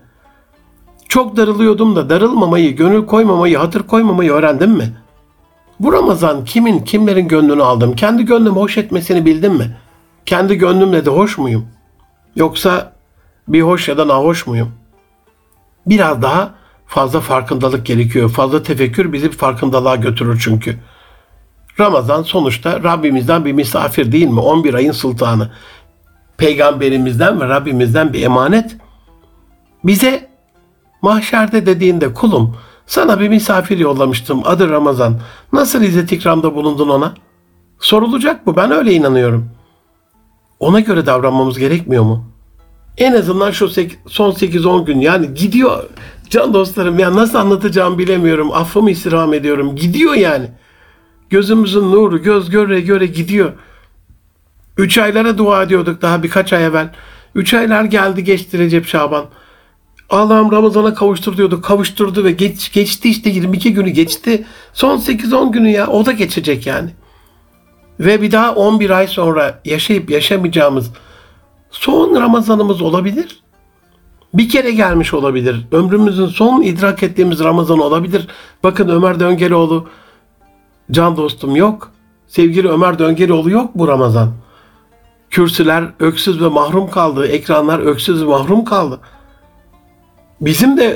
Çok darılıyordum da darılmamayı, gönül koymamayı, hatır koymamayı öğrendim mi? Bu Ramazan kimlerin gönlünü aldım? Kendi gönlümü hoş etmesini bildim mi? Kendi gönlümle de hoş muyum? Yoksa bir hoş ya da nahoş muyum? Biraz daha fazla farkındalık gerekiyor. Fazla tefekkür bizi farkındalığa götürür çünkü. Ramazan sonuçta Rabbimizden bir misafir değil mi? 11 ayın sultanı. Peygamberimizden ve Rabbimizden bir emanet. Bize mahşerde dediğinde kulum sana bir misafir yollamıştım, adı Ramazan. Nasıl izzet ikramda bulundun ona? Sorulacak bu, ben öyle inanıyorum. Ona göre davranmamız gerekmiyor mu? En azından şu son 8-10 gün yani gidiyor. Can dostlarım ya, nasıl anlatacağımı bilemiyorum. Affımı istirham ediyorum. Gidiyor yani. Gözümüzün nuru göz göre göre gidiyor. 3 aylara dua ediyorduk daha birkaç ay evvel. 3 aylar geldi geçti Recep Şaban. Allah'ım Ramazan'a kavuştur diyorduk. Kavuşturdu ve geçti işte 22 günü geçti. Son 8-10 günü ya, o da geçecek yani. Ve bir daha 11 ay sonra yaşayıp yaşamayacağımız son Ramazanımız olabilir. Bir kere gelmiş olabilir. Ömrümüzün son idrak ettiğimiz Ramazan olabilir. Bakın Ömer Döngeloğlu, can dostum yok. Sevgili Ömer Döngeloğlu yok bu Ramazan. Kürsüler öksüz ve mahrum kaldı. Ekranlar öksüz ve mahrum kaldı. Bizim de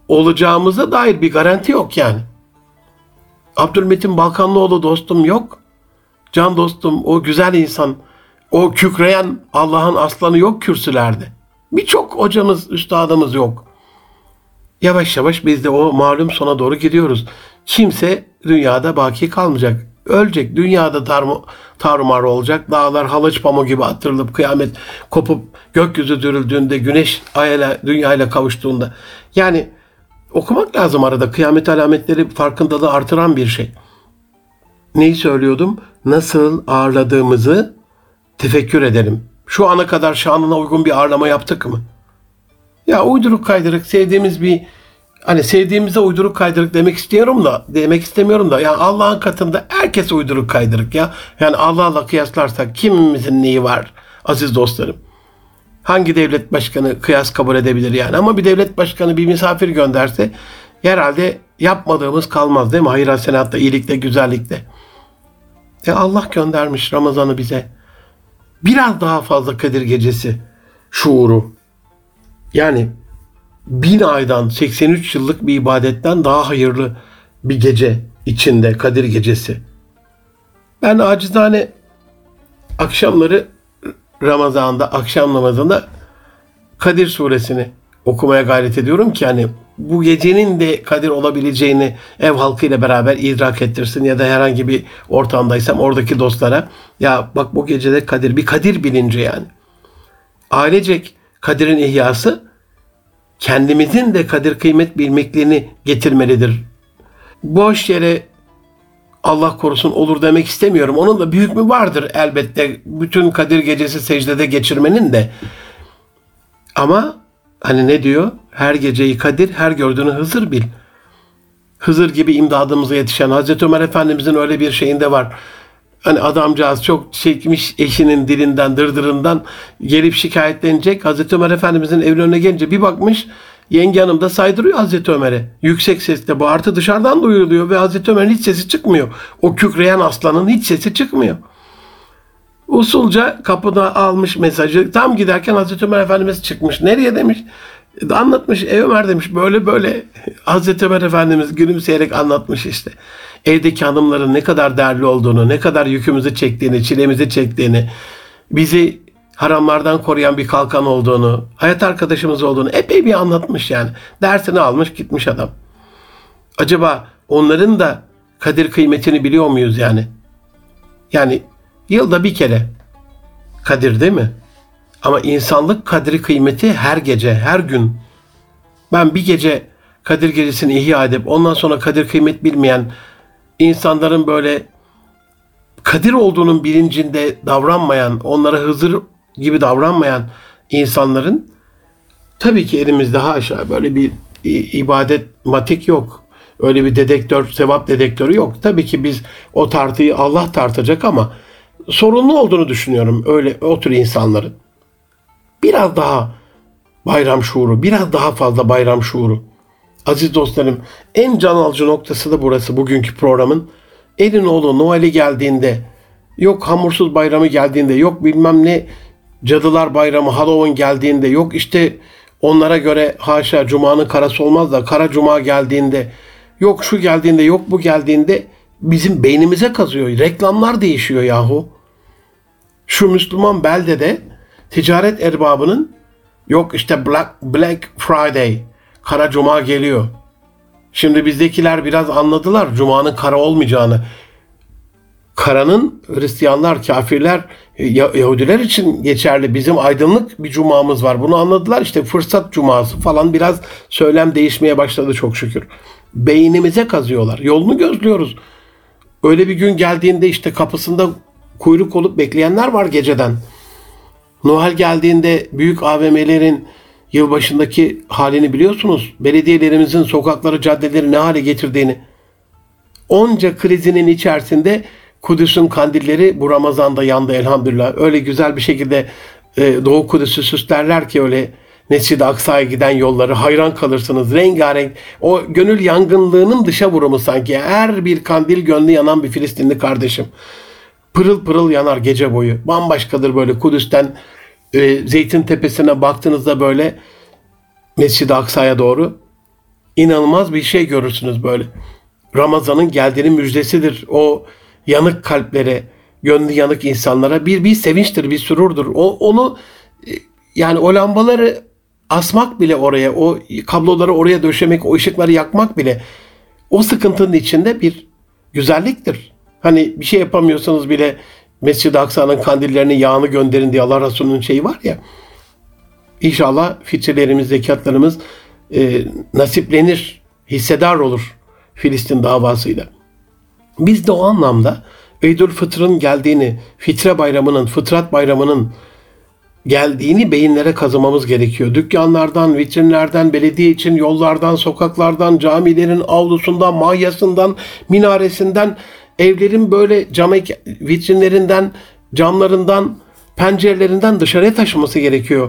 olacağımıza dair bir garanti yok yani. Abdülmetin Balkanlıoğlu dostum yok. Can dostum, o güzel insan, o kükreyen Allah'ın aslanı yok kürsülerde. Birçok hocamız, üstadımız yok. Yavaş yavaş biz de o malum sona doğru gidiyoruz. Kimse dünyada baki kalmayacak. Ölecek. Dünyada tarumar olacak. Dağlar halaç pamuğu gibi attırılıp kıyamet kopup gökyüzü dürüldüğünde, güneş ayla, dünyayla kavuştuğunda. Yani okumak lazım arada. Kıyamet alametleri farkındalığı artıran bir şey. Neyi söylüyordum? Nasıl ağırladığımızı tefekkür edelim. Şu ana kadar şanına uygun bir ağırlama yaptık mı? Ya uyduruk kaydırık sevdiğimiz bir, hani sevdiğimize uyduruk kaydırık demek istemiyorum da yani Allah'ın katında herkes uyduruk kaydırık ya. Yani Allah'la kıyaslarsak kimimizin neyi var aziz dostlarım? Hangi devlet başkanı kıyas kabul edebilir yani? Ama bir devlet başkanı bir misafir gönderse herhalde yapmadığımız kalmaz değil mi? Hayır hasenatta, iyilikte, güzellikte. Allah göndermiş Ramazan'ı bize. Biraz daha fazla Kadir Gecesi şuuru. Yani 1000 aydan 83 yıllık bir ibadetten daha hayırlı bir gece içinde Kadir Gecesi. Ben acizane akşamları Ramazan'da, akşam namazında Kadir Suresini okumaya gayret ediyorum ki hani bu gecenin de Kadir olabileceğini ev halkıyla beraber idrak ettirsin ya da herhangi bir ortamdaysam oradaki dostlara ya bak bu gecede Kadir, bir Kadir bilinci yani. Ailecek Kadir'in ihyası kendimizin de kadir kıymet bilmekliğini getirmelidir. Boş yere Allah korusun olur demek istemiyorum. Onun da bir hükmü vardır elbette. Bütün Kadir Gecesi secdede geçirmenin de. Ama hani ne diyor? Her geceyi Kadir, her gördüğünü Hızır bil. Hızır gibi imdadımıza yetişen Hazreti Ömer Efendimizin öyle bir şeyinde var. Hani adamcağız çok çekmiş eşinin dilinden, dırdırından gelip şikayetlenecek. Hazreti Ömer Efendimizin evinin önüne gelince bir bakmış yenge hanım da saydırıyor Hazreti Ömer'e. Yüksek sesle bağırtı dışarıdan duyuluyor ve Hazreti Ömer'in hiç sesi çıkmıyor. O kükreyen aslanın hiç sesi çıkmıyor. Usulca kapıda almış mesajı. Tam giderken Hazreti Ömer Efendimiz çıkmış. Nereye demiş? Anlatmış. Ömer demiş böyle böyle. Hazreti Ömer Efendimiz gülümseyerek anlatmış işte. Evdeki hanımların ne kadar değerli olduğunu, ne kadar yükümüzü çektiğini, çilemizi çektiğini, bizi haramlardan koruyan bir kalkan olduğunu, hayat arkadaşımız olduğunu epey bir anlatmış yani. Dersini almış gitmiş adam. Acaba onların da kadir kıymetini biliyor muyuz yani? Yani yılda bir kere Kadir değil mi? Ama insanlık kadri kıymeti her gece, her gün. Ben bir gece Kadir Gecesi'ni ihya edip ondan sonra kadir kıymet bilmeyen insanların böyle Kadir olduğunun bilincinde davranmayan, onlara Hızır gibi davranmayan insanların tabii ki elimizde haşa böyle bir ibadet matik yok. Öyle bir dedektör, sevap dedektörü yok. Tabii ki biz o tartıyı Allah tartacak ama sorunlu olduğunu düşünüyorum öyle o tür insanların. Biraz daha bayram şuuru, biraz daha fazla bayram şuuru. Aziz dostlarım, en can alıcı noktası da burası bugünkü programın. Elinoğlu Noel'i geldiğinde, yok hamursuz bayramı geldiğinde, yok bilmem ne cadılar bayramı Halloween geldiğinde, yok işte onlara göre haşa Cuma'nın karası olmaz da kara Cuma geldiğinde, yok şu geldiğinde, yok bu geldiğinde bizim beynimize kazıyor. Reklamlar değişiyor yahu. Şu Müslüman beldede ticaret erbabının yok işte Black Friday, kara Cuma geliyor. Şimdi bizdekiler biraz anladılar Cuma'nın kara olmayacağını. Karanın Hristiyanlar, kafirler, Yahudiler için geçerli. Bizim aydınlık bir Cuma'mız var. Bunu anladılar. İşte fırsat Cuma'sı falan biraz söylem değişmeye başladı çok şükür. Beynimize kazıyorlar. Yolunu gözlüyoruz. Öyle bir gün geldiğinde işte kapısında kuyruk olup bekleyenler var geceden. Noel geldiğinde büyük AVM'lerin yılbaşındaki halini biliyorsunuz. Belediyelerimizin sokakları, caddeleri ne hale getirdiğini. Onca krizinin içerisinde Kudüs'ün kandilleri bu Ramazan'da yandı elhamdülillah. Öyle güzel bir şekilde Doğu Kudüs'ü süslerler ki öyle Mescid-i Aksa'ya giden yolları hayran kalırsınız. Rengarenk. O gönül yangınlığının dışa vurumu sanki. Her bir kandil gönlü yanan bir Filistinli kardeşim. Pırıl pırıl yanar gece boyu. Bambaşkadır böyle Kudüs'ten Zeytin Tepesi'ne baktığınızda böyle Mescid-i Aksa'ya doğru İnanılmaz bir şey görürsünüz böyle. Ramazan'ın geldiğinin müjdesidir. O yanık kalplere, gönlü yanık insanlara bir sevinçtir, bir sürurdur. Onu yani o lambaları asmak bile oraya, o kabloları oraya döşemek, o ışıkları yakmak bile o sıkıntının içinde bir güzelliktir. Hani bir şey yapamıyorsanız bile Mescid-i Aksa'nın kandillerinin yağını gönderin diye Allah Resulü'nün şeyi var ya. İnşallah fitrelerimiz, zekatlarımız nasiplenir, hissedar olur Filistin davasıyla. Biz de o anlamda Eydülfıtır'ın geldiğini, Fitre Bayramı'nın, Fıtrat Bayramı'nın geldiğini beyinlere kazımamız gerekiyor. Dükkanlardan, vitrinlerden, belediye için yollardan, sokaklardan, camilerin avlusundan, mahyasından, minaresinden, evlerin böyle vitrinlerinden, camlarından, pencerelerinden dışarıya taşıması gerekiyor.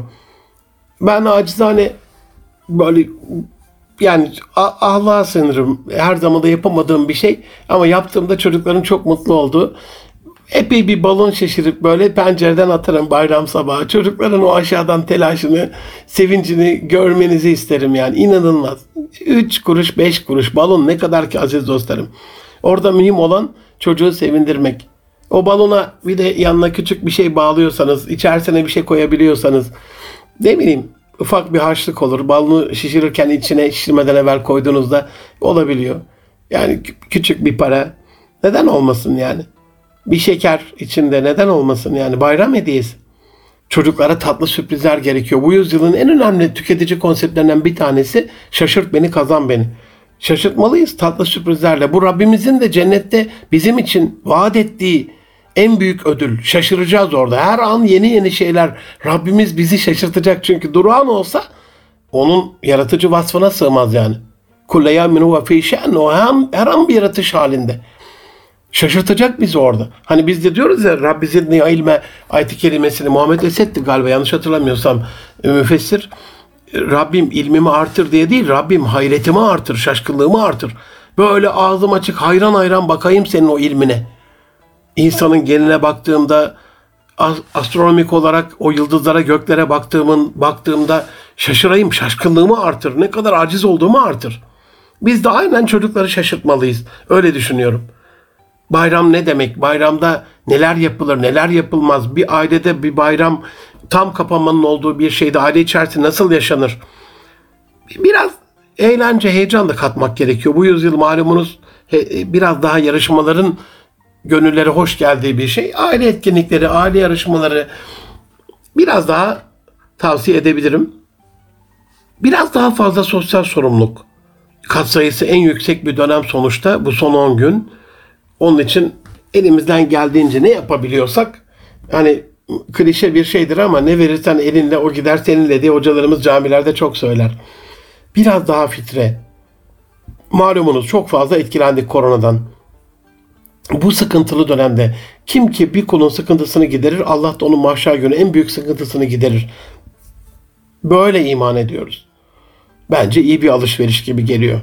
Ben acizane böyle yani Allah'a sığınırım. Her zaman da yapamadığım bir şey ama yaptığımda çocukların çok mutlu olduğu. Epey bir balon şişirip böyle pencereden atarım bayram sabahı. Çocukların o aşağıdan telaşını, sevincini görmenizi isterim yani. İnanılmaz. 3 kuruş, 5 kuruş balon ne kadar ki aziz dostlarım. Orada mühim olan çocuğu sevindirmek. O balona bir de yanına küçük bir şey bağlıyorsanız, içerisine bir şey koyabiliyorsanız, ne bileyim ufak bir harçlık olur. Balonu şişirirken içine şişirmeden evvel koyduğunuzda olabiliyor. Yani küçük bir para. Neden olmasın yani? Bir şeker içinde neden olmasın yani? Bayram hediyesi. Çocuklara tatlı sürprizler gerekiyor. Bu yüzyılın en önemli tüketici konseptlerinden bir tanesi şaşırt beni, kazan beni. Şaşırtmalıyız tatlı sürprizlerle. Bu Rabbimizin de cennette bizim için vaat ettiği en büyük ödül. Şaşıracağız orada. Her an yeni şeyler. Rabbimiz bizi şaşırtacak. Çünkü durağan olsa onun yaratıcı vasfına sığmaz yani. Kulle yâminu ve fî şe'n. O her an bir yaratış halinde. Şaşırtacak bizi orada. Hani biz de diyoruz ya Rabbi zidni ilme ayet-i kerimesini Muhammed Esed'di galiba yanlış hatırlamıyorsam müfessir. Rabbim ilmimi artır diye değil, Rabbim hayretimi artır, şaşkınlığımı artır. Böyle ağzım açık hayran hayran bakayım senin o ilmine. İnsanın geneline baktığımda, astronomik olarak o yıldızlara, göklere baktığımda şaşırayım, şaşkınlığımı artır. Ne kadar aciz olduğumu artır. Biz de aynen çocukları şaşırtmalıyız. Öyle düşünüyorum. Bayram ne demek? Bayramda neler yapılır, neler yapılmaz? Bir ailede bir bayram tam kapanmanın olduğu bir şeyde aile içerisinde nasıl yaşanır? Biraz eğlence, heyecan da katmak gerekiyor. Bu yüzyıl malumunuz biraz daha yarışmaların gönüllere hoş geldiği bir şey. Aile etkinlikleri, aile yarışmaları biraz daha tavsiye edebilirim. Biraz daha fazla sosyal sorumluluk. Katsayısı en yüksek bir dönem sonuçta bu son 10 gün. Onun için elimizden geldiğince ne yapabiliyorsak hani klişe bir şeydir ama ne verirsen elinle o gider seninle diye hocalarımız camilerde çok söyler. Biraz daha fitre. Malumunuz çok fazla etkilendik koronadan. Bu sıkıntılı dönemde kim ki bir kulun sıkıntısını giderir Allah da onun mahşer günü en büyük sıkıntısını giderir. Böyle iman ediyoruz. Bence iyi bir alışveriş gibi geliyor.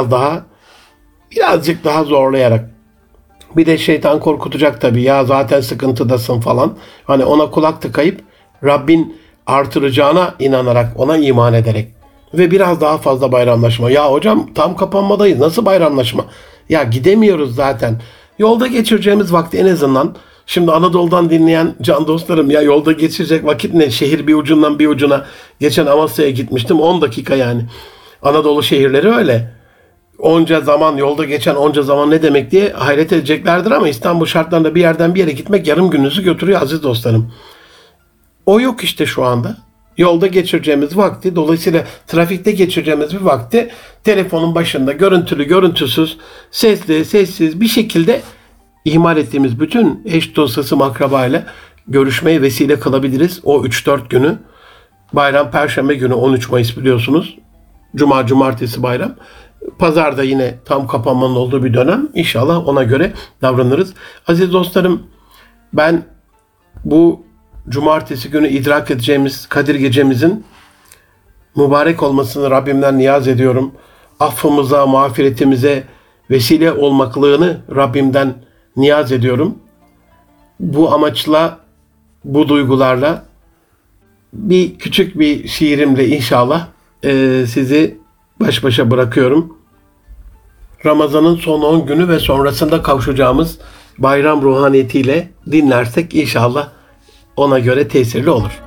Birazcık daha zorlayarak. Bir de şeytan korkutacak tabii ya zaten sıkıntıdasın falan. Hani ona kulak tıkayıp Rabbin artıracağına inanarak ona iman ederek. Ve biraz daha fazla bayramlaşma. Ya hocam tam kapanmadayız nasıl bayramlaşma? Ya gidemiyoruz zaten. Yolda geçireceğimiz vakti en azından şimdi Anadolu'dan dinleyen can dostlarım ya yolda geçirecek vakit ne? Şehir bir ucundan bir ucuna. Geçen Amasya'ya gitmiştim 10 dakika yani. Anadolu şehirleri öyle. Onca zaman yolda geçen onca zaman ne demek diye hayret edeceklerdir ama İstanbul şartlarında bir yerden bir yere gitmek yarım gününüzü götürüyor aziz dostlarım. O yok işte şu anda. Yolda geçireceğimiz vakti dolayısıyla trafikte geçireceğimiz bir vakti telefonun başında görüntülü görüntüsüz sesli sessiz bir şekilde ihmal ettiğimiz bütün eş dost akrabayla görüşmeye vesile kılabiliriz. O 3-4 günü bayram Perşembe günü 13 Mayıs biliyorsunuz. Cuma, Cumartesi bayram. Pazarda yine tam kapanmanın olduğu bir dönem. İnşallah ona göre davranırız. Aziz dostlarım ben bu Cumartesi günü idrak edeceğimiz Kadir gecemizin mübarek olmasını Rabbimden niyaz ediyorum. Affımıza, mağfiretimize vesile olmaklığını Rabbimden niyaz ediyorum. Bu amaçla, bu duygularla küçük bir şiirimle inşallah sizi baş başa bırakıyorum. Ramazan'ın son 10 günü ve sonrasında kavuşacağımız bayram ruhaniyetiyle dinlersek inşallah ona göre tesirli olur.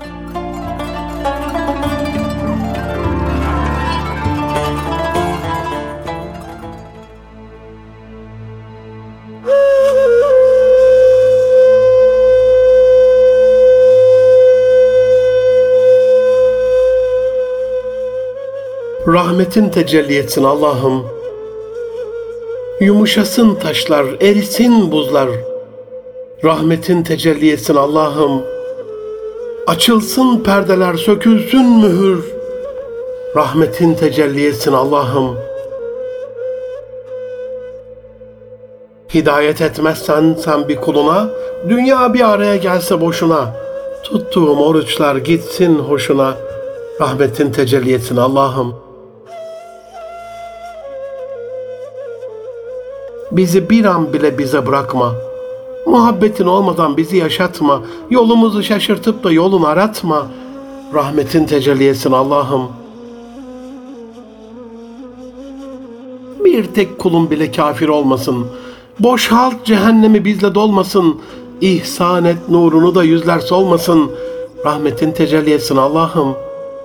Rahmetin tecelli etsin Allah'ım. Yumuşasın taşlar, erisin buzlar. Rahmetin tecelli etsin Allah'ım. Açılsın perdeler, sökülsün mühür. Rahmetin tecelli etsin Allah'ım. Hidayet etmezsen sen bir kuluna, dünya bir araya gelse boşuna. Tuttuğum oruçlar gitsin hoşuna. Rahmetin tecelli etsin Allah'ım. Bizi bir an bile bize bırakma. Muhabbetin olmadan bizi yaşatma. Yolumuzu şaşırtıp da yolunu aratma. Rahmetin tecelli etsin Allah'ım. Bir tek kulun bile kafir olmasın. Boşalt cehennemi bizle dolmasın. İhsan et nurunu da yüzler solmasın. Rahmetin tecelli etsin Allah'ım.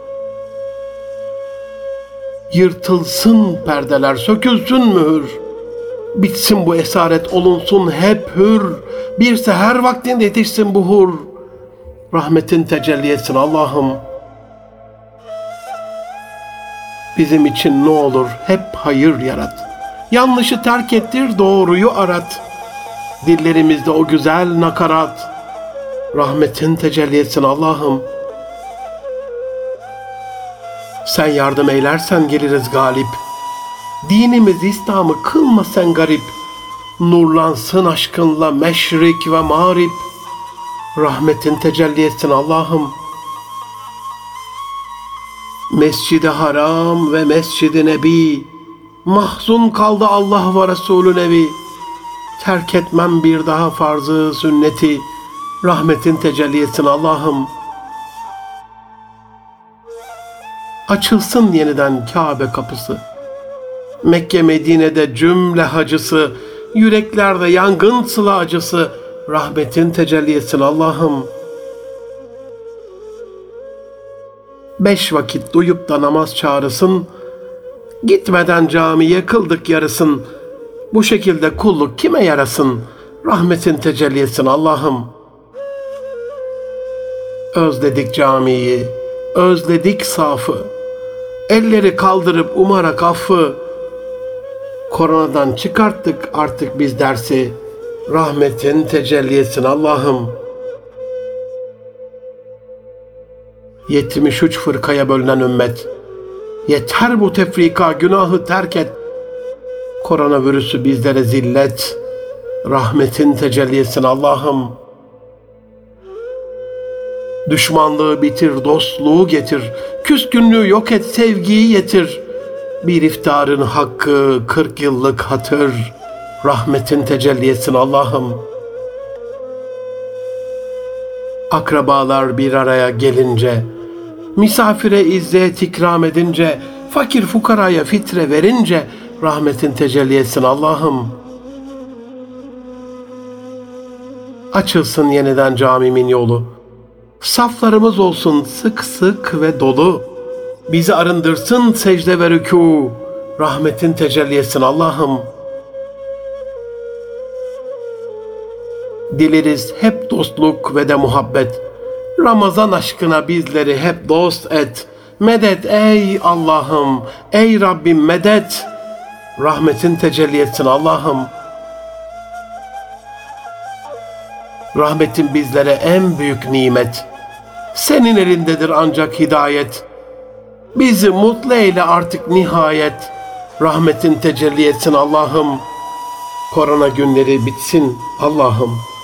Yırtılsın perdeler, sökülsün mühür. Bitsin bu esaret, olunsun hep hür. Bir seher vaktinde yetişsin bu hur. Rahmetin tecelli etsin Allah'ım. Bizim için ne olur hep hayır yarat. Yanlışı terk ettir, doğruyu arat. Dillerimizde o güzel nakarat. Rahmetin tecelli etsin Allah'ım. Sen yardım eylersen geliriz galip. Dinimiz İslam'ı kılma sen garip. Nurlansın aşkınla meşrik ve mağrib. Rahmetin tecelli etsin Allah'ım. Mescid-i Haram ve Mescid-i Nebi, mahzun kaldı Allah ve Resulü Nebi. Terk etmem bir daha farzı sünneti. Rahmetin tecelli etsin Allah'ım. Açılsın yeniden Kabe kapısı. Mekke Medine'de cümle hacısı, yüreklerde yangın sıla acısı. Rahmetin tecelli etsin Allah'ım. 5 vakit duyup da namaz çağrısın. Gitmeden camiye kıldık yarısın. Bu şekilde kulluk kime yarasın? Rahmetin tecelli etsin Allah'ım. Özledik camiyi, özledik safı. Elleri kaldırıp umarak affı. Koronadan çıkarttık artık biz dersi. Rahmetin tecelli etsin Allah'ım. 73 fırkaya bölünen ümmet. Yeter bu tefrika, günahı terk et. Koronavirüsü bizlere zillet. Rahmetin tecelli etsin Allah'ım. Düşmanlığı bitir, dostluğu getir. Küskünlüğü yok et, sevgiyi yetir. Bir iftarın hakkı 40 yıllık hatır. Rahmetin tecelli etsin Allah'ım. Akrabalar bir araya gelince, misafire izzet ikram edince, fakir fukaraya fitre verince, rahmetin tecelli etsin Allah'ım. Açılsın yeniden camimin yolu. Saflarımız olsun sık sık ve dolu. Bizi arındırsın secde ve rükû. Rahmetin tecelli etsin Allah'ım. Dileriz hep dostluk ve de muhabbet. Ramazan aşkına bizleri hep dost et. Medet ey Allah'ım, ey Rabbim medet. Rahmetin tecelli etsin Allah'ım. Rahmetin bizlere en büyük nimet. Senin elindedir ancak hidayet. Bizi mutlu eyle artık nihayet. Rahmetin tecelli etsin Allah'ım. Korona günleri bitsin Allah'ım.